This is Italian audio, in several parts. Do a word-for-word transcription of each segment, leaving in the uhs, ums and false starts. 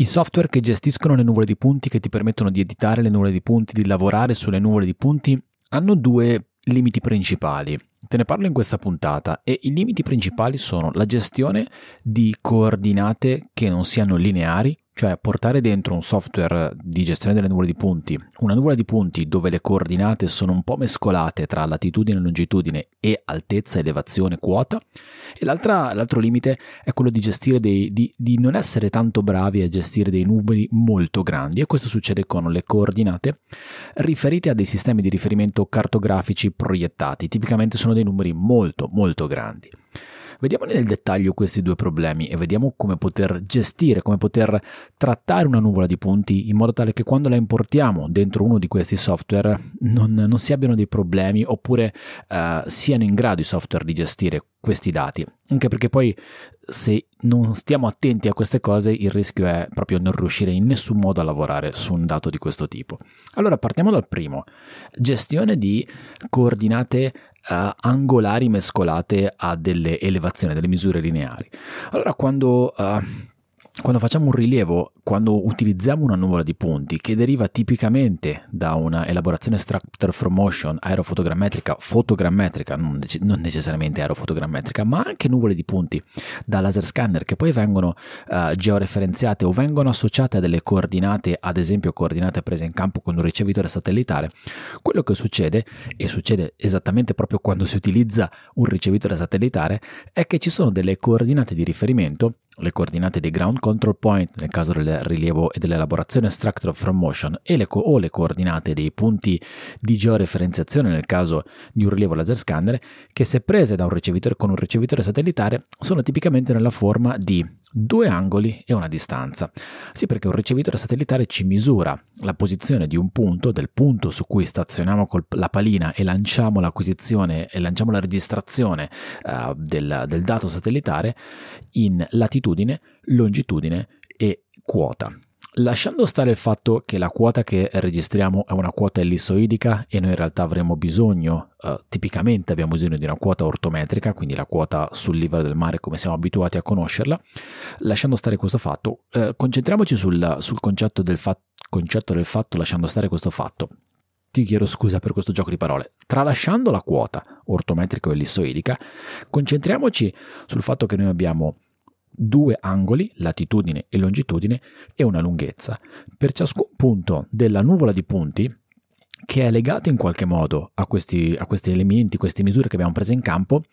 I software che gestiscono le nuvole di punti, che ti permettono di editare le nuvole di punti, di lavorare sulle nuvole di punti, hanno due limiti principali. Te ne parlo in questa puntata e i limiti principali sono la gestione di coordinate che non siano lineari, cioè portare dentro un software di gestione delle nuvole di punti, una nuvola di punti dove le coordinate sono un po' mescolate tra latitudine e longitudine e altezza, elevazione, quota, e l'altra, l'altro limite è quello di gestire dei, di, di non essere tanto bravi a gestire dei numeri molto grandi, e questo succede con le coordinate riferite a dei sistemi di riferimento cartografici proiettati, tipicamente sono dei numeri molto molto grandi. Vediamo nel dettaglio questi due problemi e vediamo come poter gestire, come poter trattare una nuvola di punti in modo tale che quando la importiamo dentro uno di questi software non, non si abbiano dei problemi, oppure uh, siano in grado i software di gestire questi dati. Anche perché poi, se non stiamo attenti a queste cose, il rischio è proprio non riuscire in nessun modo a lavorare su un dato di questo tipo. Allora partiamo dal primo: gestione di coordinate Uh, angolari mescolate a delle elevazioni, delle misure lineari. Allora quando uh, quando facciamo un rilievo, quando utilizziamo una nuvola di punti che deriva tipicamente da una elaborazione structure from motion aerofotogrammetrica, fotogrammetrica, non, nece- non necessariamente aerofotogrammetrica, ma anche nuvole di punti da laser scanner che poi vengono uh, georeferenziate o vengono associate a delle coordinate, ad esempio coordinate prese in campo con un ricevitore satellitare, quello che succede, e succede esattamente proprio quando si utilizza un ricevitore satellitare, è che ci sono delle coordinate di riferimento, le coordinate dei ground control point nel caso del rilievo e dell'elaborazione structure from motion, e le co- o le coordinate dei punti di georeferenziazione nel caso di un rilievo laser scanner, che se prese da un ricevitore con un ricevitore satellitare sono tipicamente nella forma di due angoli e una distanza. Sì, perché un ricevitore satellitare ci misura la posizione di un punto, del punto su cui stazioniamo col, la palina e lanciamo l'acquisizione e lanciamo la registrazione uh, del, del dato satellitare, in latitudine, longitudine e quota. Lasciando stare il fatto che la quota che registriamo è una quota ellissoidica e noi in realtà avremo bisogno, uh, tipicamente abbiamo bisogno di una quota ortometrica, quindi la quota sul livello del mare come siamo abituati a conoscerla, lasciando stare questo fatto, uh, concentriamoci sul, sul concetto del, fa- concetto del fatto, lasciando stare questo fatto. Ti chiedo scusa per questo gioco di parole. Tralasciando la quota ortometrica o ellissoidica, concentriamoci sul fatto che noi abbiamo due angoli, latitudine e longitudine, e una lunghezza. Per ciascun punto della nuvola di punti, che è legato in qualche modo a questi, a questi elementi, queste misure che abbiamo preso in campo,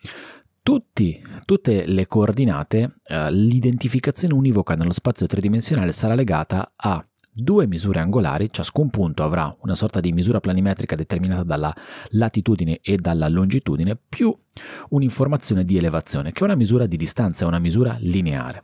tutti, tutte le coordinate, eh, l'identificazione univoca nello spazio tridimensionale sarà legata a due misure angolari. Ciascun punto avrà una sorta di misura planimetrica determinata dalla latitudine e dalla longitudine, più un'informazione di elevazione, che è una misura di distanza, è una misura lineare.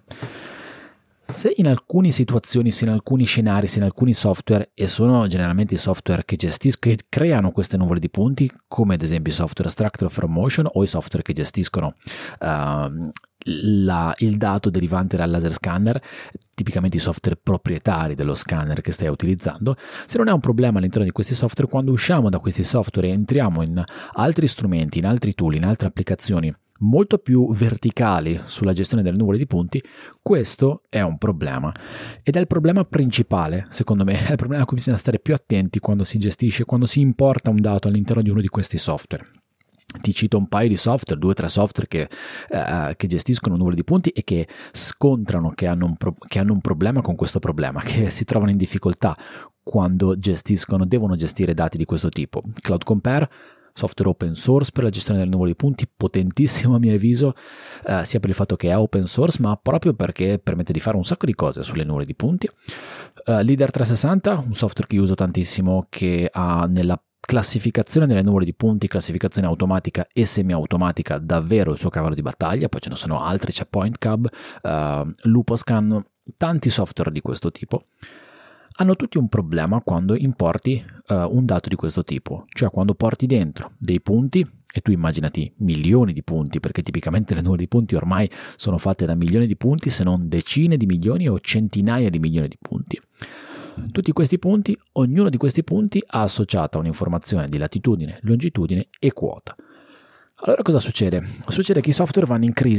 Se in alcune situazioni, se in alcuni scenari, se in alcuni software, e sono generalmente i software che gestiscono, che creano queste nuvole di punti, come ad esempio i software structure from motion o i software che gestiscono uh, La, il dato derivante dal laser scanner, tipicamente i software proprietari dello scanner che stai utilizzando, se non è un problema all'interno di questi software, quando usciamo da questi software e entriamo in altri strumenti, in altri tool, in altre applicazioni molto più verticali sulla gestione delle nuvole di punti, questo è un problema, ed è il problema principale, secondo me, è il problema a cui bisogna stare più attenti quando si gestisce, quando si importa un dato all'interno di uno di questi software. Ti cito un paio di software, due o tre software che, eh, che gestiscono nuvole di punti e che scontrano che hanno, un pro- che hanno un problema con questo problema, che si trovano in difficoltà quando gestiscono, devono gestire dati di questo tipo. Cloud Compare, software open source per la gestione delle nuvole di punti, potentissimo a mio avviso, eh, sia per il fatto che è open source, ma proprio perché permette di fare un sacco di cose sulle nuvole di punti. Uh, Leader trecentosessanta, un software che uso tantissimo, che ha nella classificazione delle nuvole di punti, classificazione automatica e semiautomatica, davvero il suo cavallo di battaglia. Poi ce ne sono altri, c'è PointCab, uh, LupoScan, tanti software di questo tipo. Hanno tutti un problema quando importi uh, un dato di questo tipo, cioè quando porti dentro dei punti, e tu immaginati milioni di punti, perché tipicamente le nuvole di punti ormai sono fatte da milioni di punti, se non decine di milioni o centinaia di milioni di punti. Tutti questi punti, ognuno di questi punti ha associata un'informazione di latitudine, longitudine e quota. Allora cosa succede? Succede che i software vanno in crisi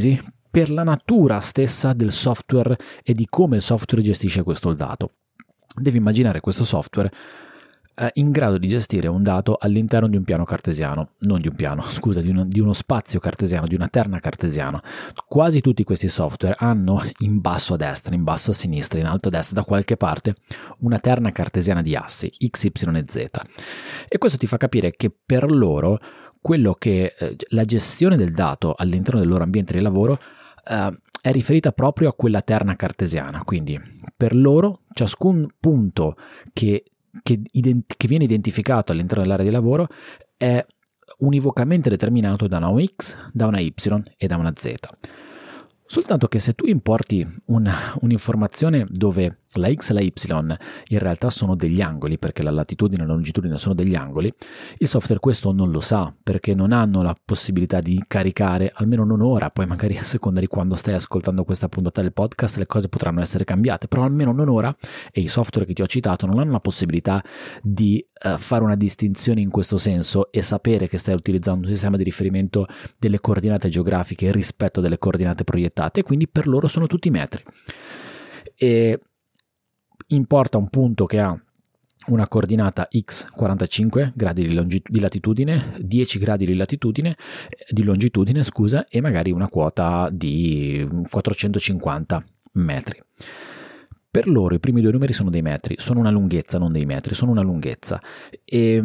per la natura stessa del software e di come il software gestisce questo dato. Devi immaginare questo software eh, in grado di gestire un dato all'interno di un piano cartesiano, non di un piano, scusa, di, un, di uno spazio cartesiano, di una terna cartesiana. Quasi tutti questi software hanno in basso a destra, in basso a sinistra, in alto a destra, da qualche parte, una terna cartesiana di assi, x, y e z. E questo ti fa capire che per loro quello che eh, la gestione del dato all'interno del loro ambiente di lavoro eh, è riferita proprio a quella terna cartesiana. Quindi per loro ciascun punto che, che, ident- che viene identificato all'interno dell'area di lavoro è univocamente determinato da una x, da una y e da una z. Soltanto che se tu importi una, un'informazione dove la x e la y in realtà sono degli angoli, perché la latitudine e la longitudine sono degli angoli, il software questo non lo sa, perché non hanno la possibilità di caricare, almeno non ora, poi magari a seconda di quando stai ascoltando questa puntata del podcast le cose potranno essere cambiate, però almeno non ora, e i software che ti ho citato non hanno la possibilità di uh, fare una distinzione in questo senso e sapere che stai utilizzando un sistema di riferimento delle coordinate geografiche rispetto delle coordinate proiettate, e quindi per loro sono tutti metri. E importa un punto che ha una coordinata x quarantacinque gradi di, longit- di latitudine, dieci gradi di latitudine, di longitudine, scusa, e magari una quota di quattrocentocinquanta metri. Per loro i primi due numeri sono dei metri, sono una lunghezza, non dei metri, sono una lunghezza. E,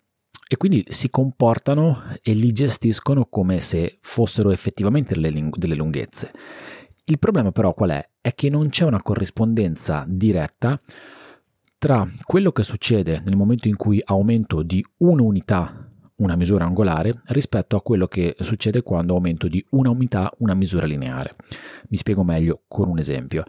e quindi si comportano e li gestiscono come se fossero effettivamente delle, delle lunghezze. Il problema però qual è? È che non c'è una corrispondenza diretta tra quello che succede nel momento in cui aumento di un'unità una misura angolare rispetto a quello che succede quando aumento di una unità una misura lineare. Mi spiego meglio con un esempio.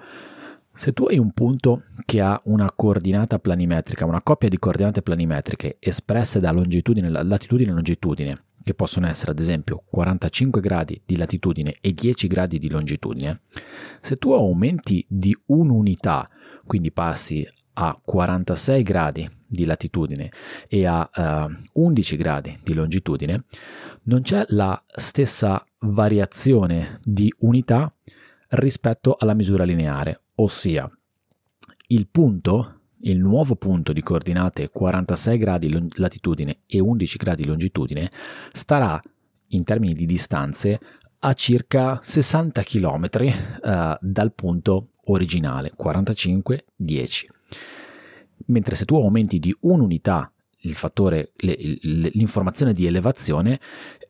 Se tu hai un punto che ha una coordinata planimetrica, una coppia di coordinate planimetriche espresse da longitudine, latitudine e longitudine, che possono essere ad esempio quarantacinque gradi di latitudine e dieci gradi di longitudine, se tu aumenti di un'unità, quindi passi a quarantasei gradi di latitudine e a uh, undici gradi di longitudine, non c'è la stessa variazione di unità rispetto alla misura lineare, ossia il punto, il nuovo punto di coordinate quarantasei gradi di latitudine e undici gradi di longitudine starà in termini di distanze a circa sessanta chilometri uh, dal punto originale, quarantacinque dieci. Mentre se tu aumenti di un'unità il fattore, le, le, l'informazione di elevazione,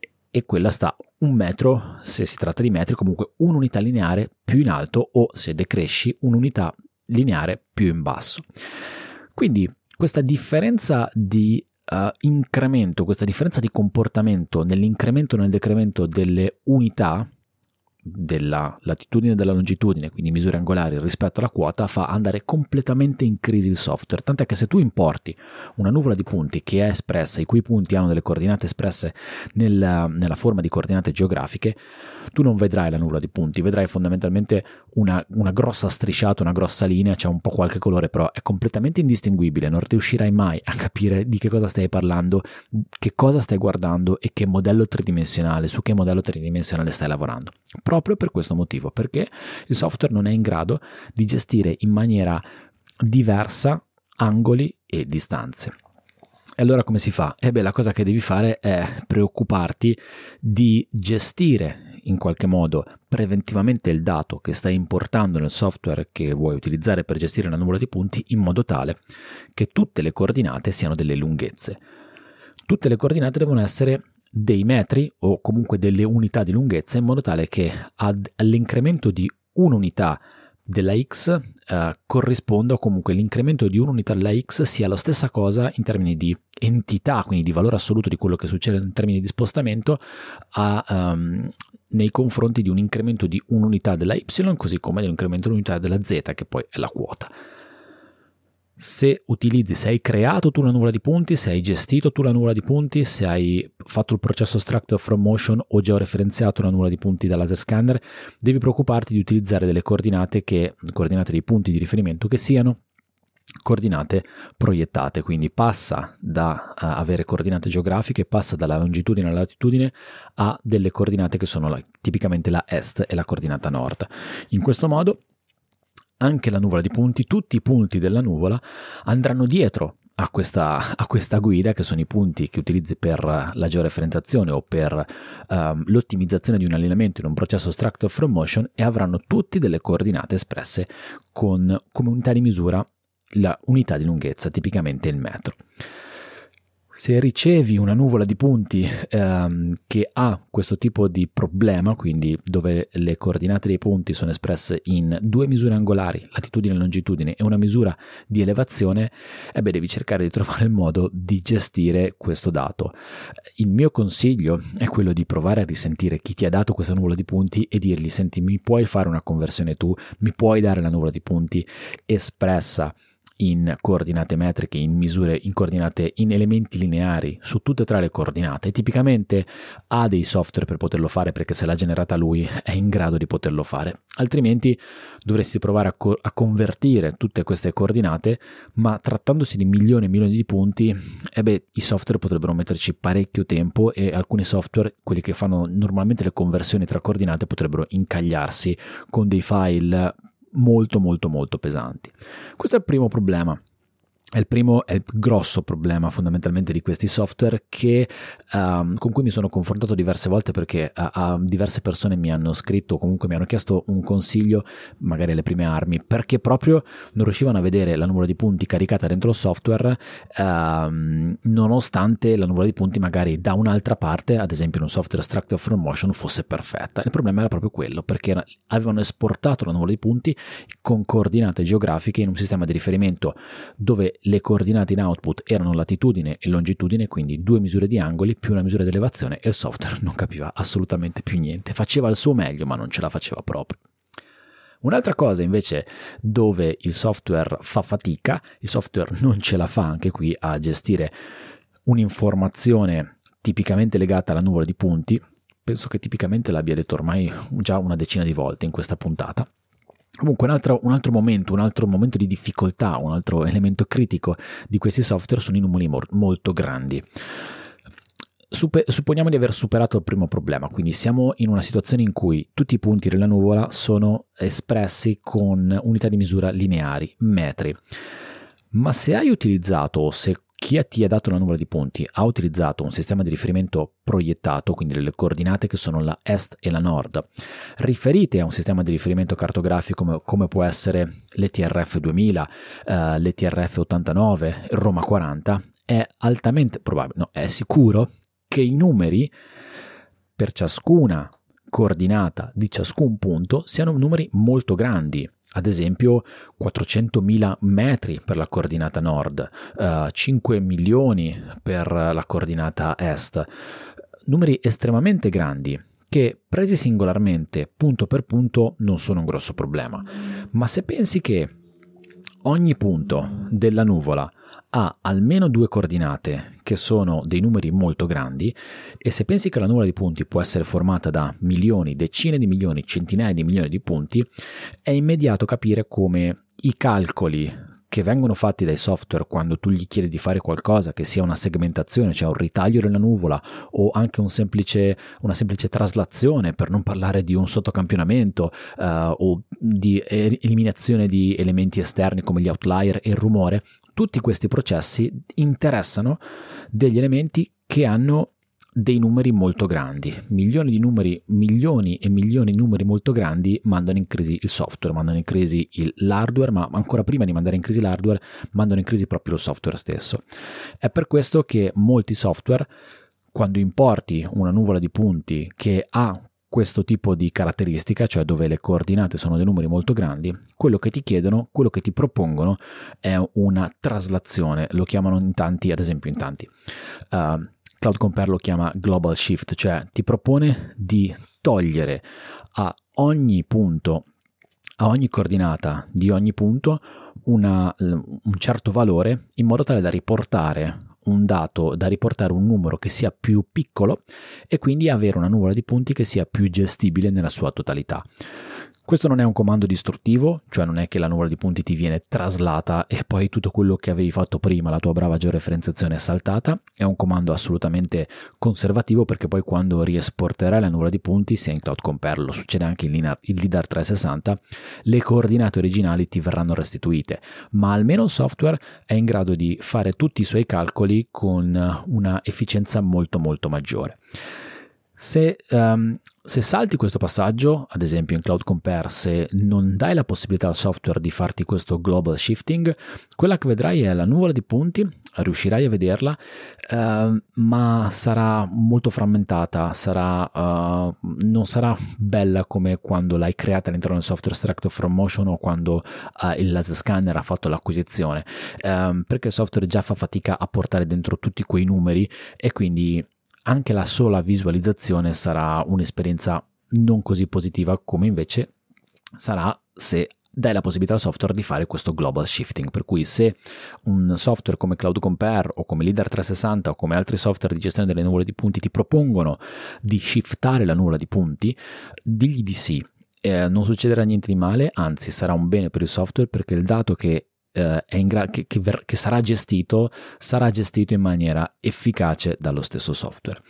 e quella sta un metro, se si tratta di metri, comunque un'unità lineare più in alto, o se decresci un'unità lineare più in basso. Quindi questa differenza di uh, incremento, questa differenza di comportamento nell'incremento e nel decremento delle unità della latitudine e della longitudine, quindi misure angolari rispetto alla quota, fa andare completamente in crisi il software, tant'è che se tu importi una nuvola di punti che è espressa, i cui punti hanno delle coordinate espresse nella, nella forma di coordinate geografiche, tu non vedrai la nuvola di punti, vedrai fondamentalmente una, una grossa strisciata, una grossa linea, c'è un po' qualche colore, però è completamente indistinguibile, non riuscirai mai a capire di che cosa stai parlando, che cosa stai guardando e che modello tridimensionale, su che modello tridimensionale stai lavorando. Proprio per questo motivo, perché il software non è in grado di gestire in maniera diversa angoli e distanze. E allora come si fa? Eh beh, la cosa che devi fare è preoccuparti di gestire in qualche modo preventivamente il dato che stai importando nel software che vuoi utilizzare per gestire la nuvola di punti, in modo tale che tutte le coordinate siano delle lunghezze. Tutte le coordinate devono essere dei metri o comunque delle unità di lunghezza, in modo tale che ad, all'incremento di un'unità della x eh, corrisponda, o comunque l'incremento di un'unità della x sia la stessa cosa in termini di entità, quindi di valore assoluto di quello che succede in termini di spostamento a, um, nei confronti di un incremento di un'unità della y, così come dell'incremento di un'unità della z, che poi è la quota. Se utilizzi, se hai creato tu la nuvola di punti, se hai gestito tu la nuvola di punti, se hai fatto il processo structure from motion o georeferenziato una nuvola di punti da laser scanner, devi preoccuparti di utilizzare delle coordinate che, coordinate dei punti di riferimento che siano coordinate proiettate, quindi passa da uh, avere coordinate geografiche, passa dalla longitudine alla latitudine a delle coordinate che sono la, tipicamente la est e la coordinata nord. In questo modo anche la nuvola di punti, tutti i punti della nuvola andranno dietro a questa, a questa guida, che sono i punti che utilizzi per la georeferenziazione o per um, l'ottimizzazione di un allineamento in un processo structure from motion, e avranno tutti delle coordinate espresse con come unità di misura la unità di lunghezza, tipicamente il metro. Se ricevi una nuvola di punti ehm, che ha questo tipo di problema, quindi dove le coordinate dei punti sono espresse in due misure angolari, latitudine e longitudine, e una misura di elevazione, eh beh, devi cercare di trovare il modo di gestire questo dato. Il mio consiglio è quello di provare a risentire chi ti ha dato questa nuvola di punti e dirgli: senti, mi puoi fare una conversione tu? Mi puoi dare la nuvola di punti espressa in coordinate metriche, in misure, in coordinate, in elementi lineari su tutte e tre le coordinate? Tipicamente ha dei software per poterlo fare, perché se l'ha generata lui è in grado di poterlo fare, altrimenti dovresti provare a, co- a convertire tutte queste coordinate, ma trattandosi di milioni e milioni di punti, eh beh, i software potrebbero metterci parecchio tempo, e alcuni software, quelli che fanno normalmente le conversioni tra coordinate, potrebbero incagliarsi con dei file molto molto molto pesanti. Questo è il primo problema. È il primo, è il grosso problema fondamentalmente di questi software, che um, con cui mi sono confrontato diverse volte, perché a, a diverse persone mi hanno scritto o comunque mi hanno chiesto un consiglio, magari alle prime armi, perché proprio non riuscivano a vedere la nuvola di punti caricata dentro il software, um, nonostante la nuvola di punti magari da un'altra parte, ad esempio in un software structure from motion, fosse perfetta. Il problema era proprio quello, perché era, avevano esportato la nuvola di punti con coordinate geografiche in un sistema di riferimento dove le coordinate in output erano latitudine e longitudine, quindi due misure di angoli più una misura di elevazione, e il software non capiva assolutamente più niente. Faceva il suo meglio, ma non ce la faceva proprio. Un'altra cosa invece dove il software fa fatica, il software non ce la fa anche qui a gestire un'informazione tipicamente legata alla nuvola di punti. Penso che tipicamente l'abbia detto ormai già una decina di volte in questa puntata. Comunque un altro, un altro momento, un altro momento di difficoltà, un altro elemento critico di questi software sono i numeri mor- molto grandi. Supe- supponiamo di aver superato il primo problema, quindi siamo in una situazione in cui tutti i punti della nuvola sono espressi con unità di misura lineari, metri. Ma se hai utilizzato, o se chi ti ha dato la nuvola di punti ha utilizzato un sistema di riferimento proiettato, quindi delle coordinate che sono la est e la nord, riferite a un sistema di riferimento cartografico come, come può essere l'E T R F duemila, eh, l'E T R F ottantanove, Roma quaranta, è altamente probabile, no, è sicuro che i numeri per ciascuna coordinata di ciascun punto siano numeri molto grandi. Ad esempio quattrocentomila metri per la coordinata nord, uh, cinque milioni per la coordinata est, numeri estremamente grandi che presi singolarmente, punto per punto, non sono un grosso problema. Ma se pensi che ogni punto della nuvola ha almeno due coordinate che sono dei numeri molto grandi, e se pensi che la nuvola di punti può essere formata da milioni, decine di milioni, centinaia di milioni di punti, è immediato capire come i calcoli che vengono fatti dai software quando tu gli chiedi di fare qualcosa, che sia una segmentazione, cioè un ritaglio della nuvola, o anche un semplice, una semplice traslazione, per non parlare di un sottocampionamento uh, o di eliminazione di elementi esterni come gli outlier e il rumore. Tutti questi processi interessano degli elementi che hanno dei numeri molto grandi. Milioni di numeri, milioni e milioni di numeri molto grandi mandano in crisi il software, mandano in crisi il, l'hardware, ma ancora prima di mandare in crisi l'hardware, mandano in crisi proprio il software stesso. È per questo che molti software, quando importi una nuvola di punti che ha questo tipo di caratteristica, cioè dove le coordinate sono dei numeri molto grandi, quello che ti chiedono, quello che ti propongono è una traslazione. Lo chiamano in tanti, ad esempio in tanti. Uh, Cloud Compare lo chiama Global Shift, cioè ti propone di togliere a ogni punto, a ogni coordinata di ogni punto, una, un certo valore, in modo tale da riportare un dato, da riportare un numero che sia più piccolo, e quindi avere una nuvola di punti che sia più gestibile nella sua totalità. Questo non è un comando distruttivo, cioè non è che la nuvola di punti ti viene traslata e poi tutto quello che avevi fatto prima, la tua brava georeferenziazione è saltata. È un comando assolutamente conservativo, perché poi quando riesporterai la nuvola di punti, sia in Cloud Compare, lo succede anche in LiDAR, il LiDAR trecentosessanta, le coordinate originali ti verranno restituite, ma almeno il software è in grado di fare tutti i suoi calcoli con una efficienza molto molto maggiore. Se, um, se salti questo passaggio, ad esempio in Cloud Compare, se non dai la possibilità al software di farti questo global shifting, quella che vedrai è la nuvola di punti, riuscirai a vederla, uh, ma sarà molto frammentata, sarà, uh, non sarà bella come quando l'hai creata all'interno del software Extractor from Motion o quando uh, il laser scanner ha fatto l'acquisizione, um, perché il software già fa fatica a portare dentro tutti quei numeri e quindi anche la sola visualizzazione sarà un'esperienza non così positiva come invece sarà se dai la possibilità al software di fare questo global shifting. Per cui se un software come Cloud Compare o come LiDAR trecentosessanta o come altri software di gestione delle nuvole di punti ti propongono di shiftare la nuvola di punti, digli di sì. Eh, non succederà niente di male, anzi sarà un bene per il software, perché il dato che È in gra- che, che, ver- che sarà gestito sarà gestito in maniera efficace dallo stesso software.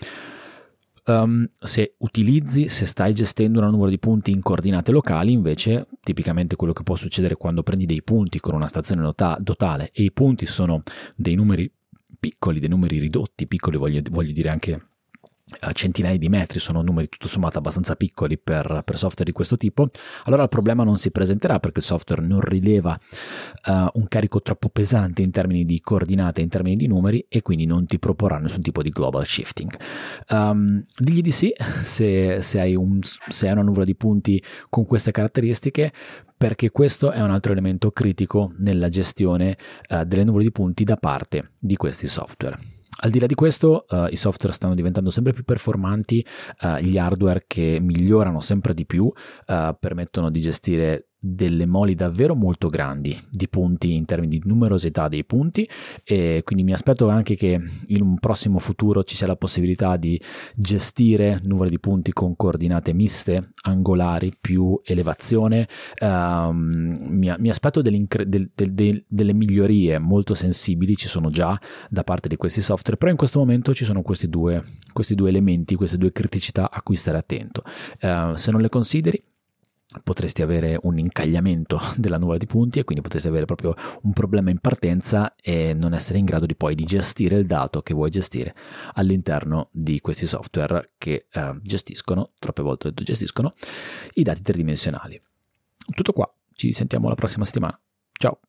Um, se utilizzi, se stai gestendo una nuvola di punti in coordinate locali, invece, tipicamente quello che può succedere quando prendi dei punti con una stazione nota- totale e i punti sono dei numeri piccoli, dei numeri ridotti, piccoli voglio, voglio dire anche centinaia di metri, sono numeri tutto sommato abbastanza piccoli per, per software di questo tipo, allora il problema non si presenterà, perché il software non rileva uh, un carico troppo pesante in termini di coordinate, in termini di numeri, e quindi non ti proporrà nessun tipo di global shifting. Um, digli di sì se, se, hai un, se hai una nuvola di punti con queste caratteristiche, perché questo è un altro elemento critico nella gestione uh, delle nuvole di punti da parte di questi software. Al di là di questo, uh, i software stanno diventando sempre più performanti, uh, gli hardware che migliorano sempre di più uh, permettono di gestire delle moli davvero molto grandi di punti in termini di numerosità dei punti, e quindi mi aspetto anche che in un prossimo futuro ci sia la possibilità di gestire nuvole di punti con coordinate miste, angolari, più elevazione. Um, mi, mi aspetto del, del, del, delle migliorie molto sensibili, ci sono già da parte di questi software, però in questo momento ci sono questi due, questi due elementi, queste due criticità a cui stare attento. Uh, se non le consideri, potresti avere un incagliamento della nuvola di punti, e quindi potresti avere proprio un problema in partenza e non essere in grado di poi di gestire il dato che vuoi gestire all'interno di questi software che eh, gestiscono, troppe volte gestiscono, i dati tridimensionali. Tutto qua, ci sentiamo la prossima settimana. Ciao!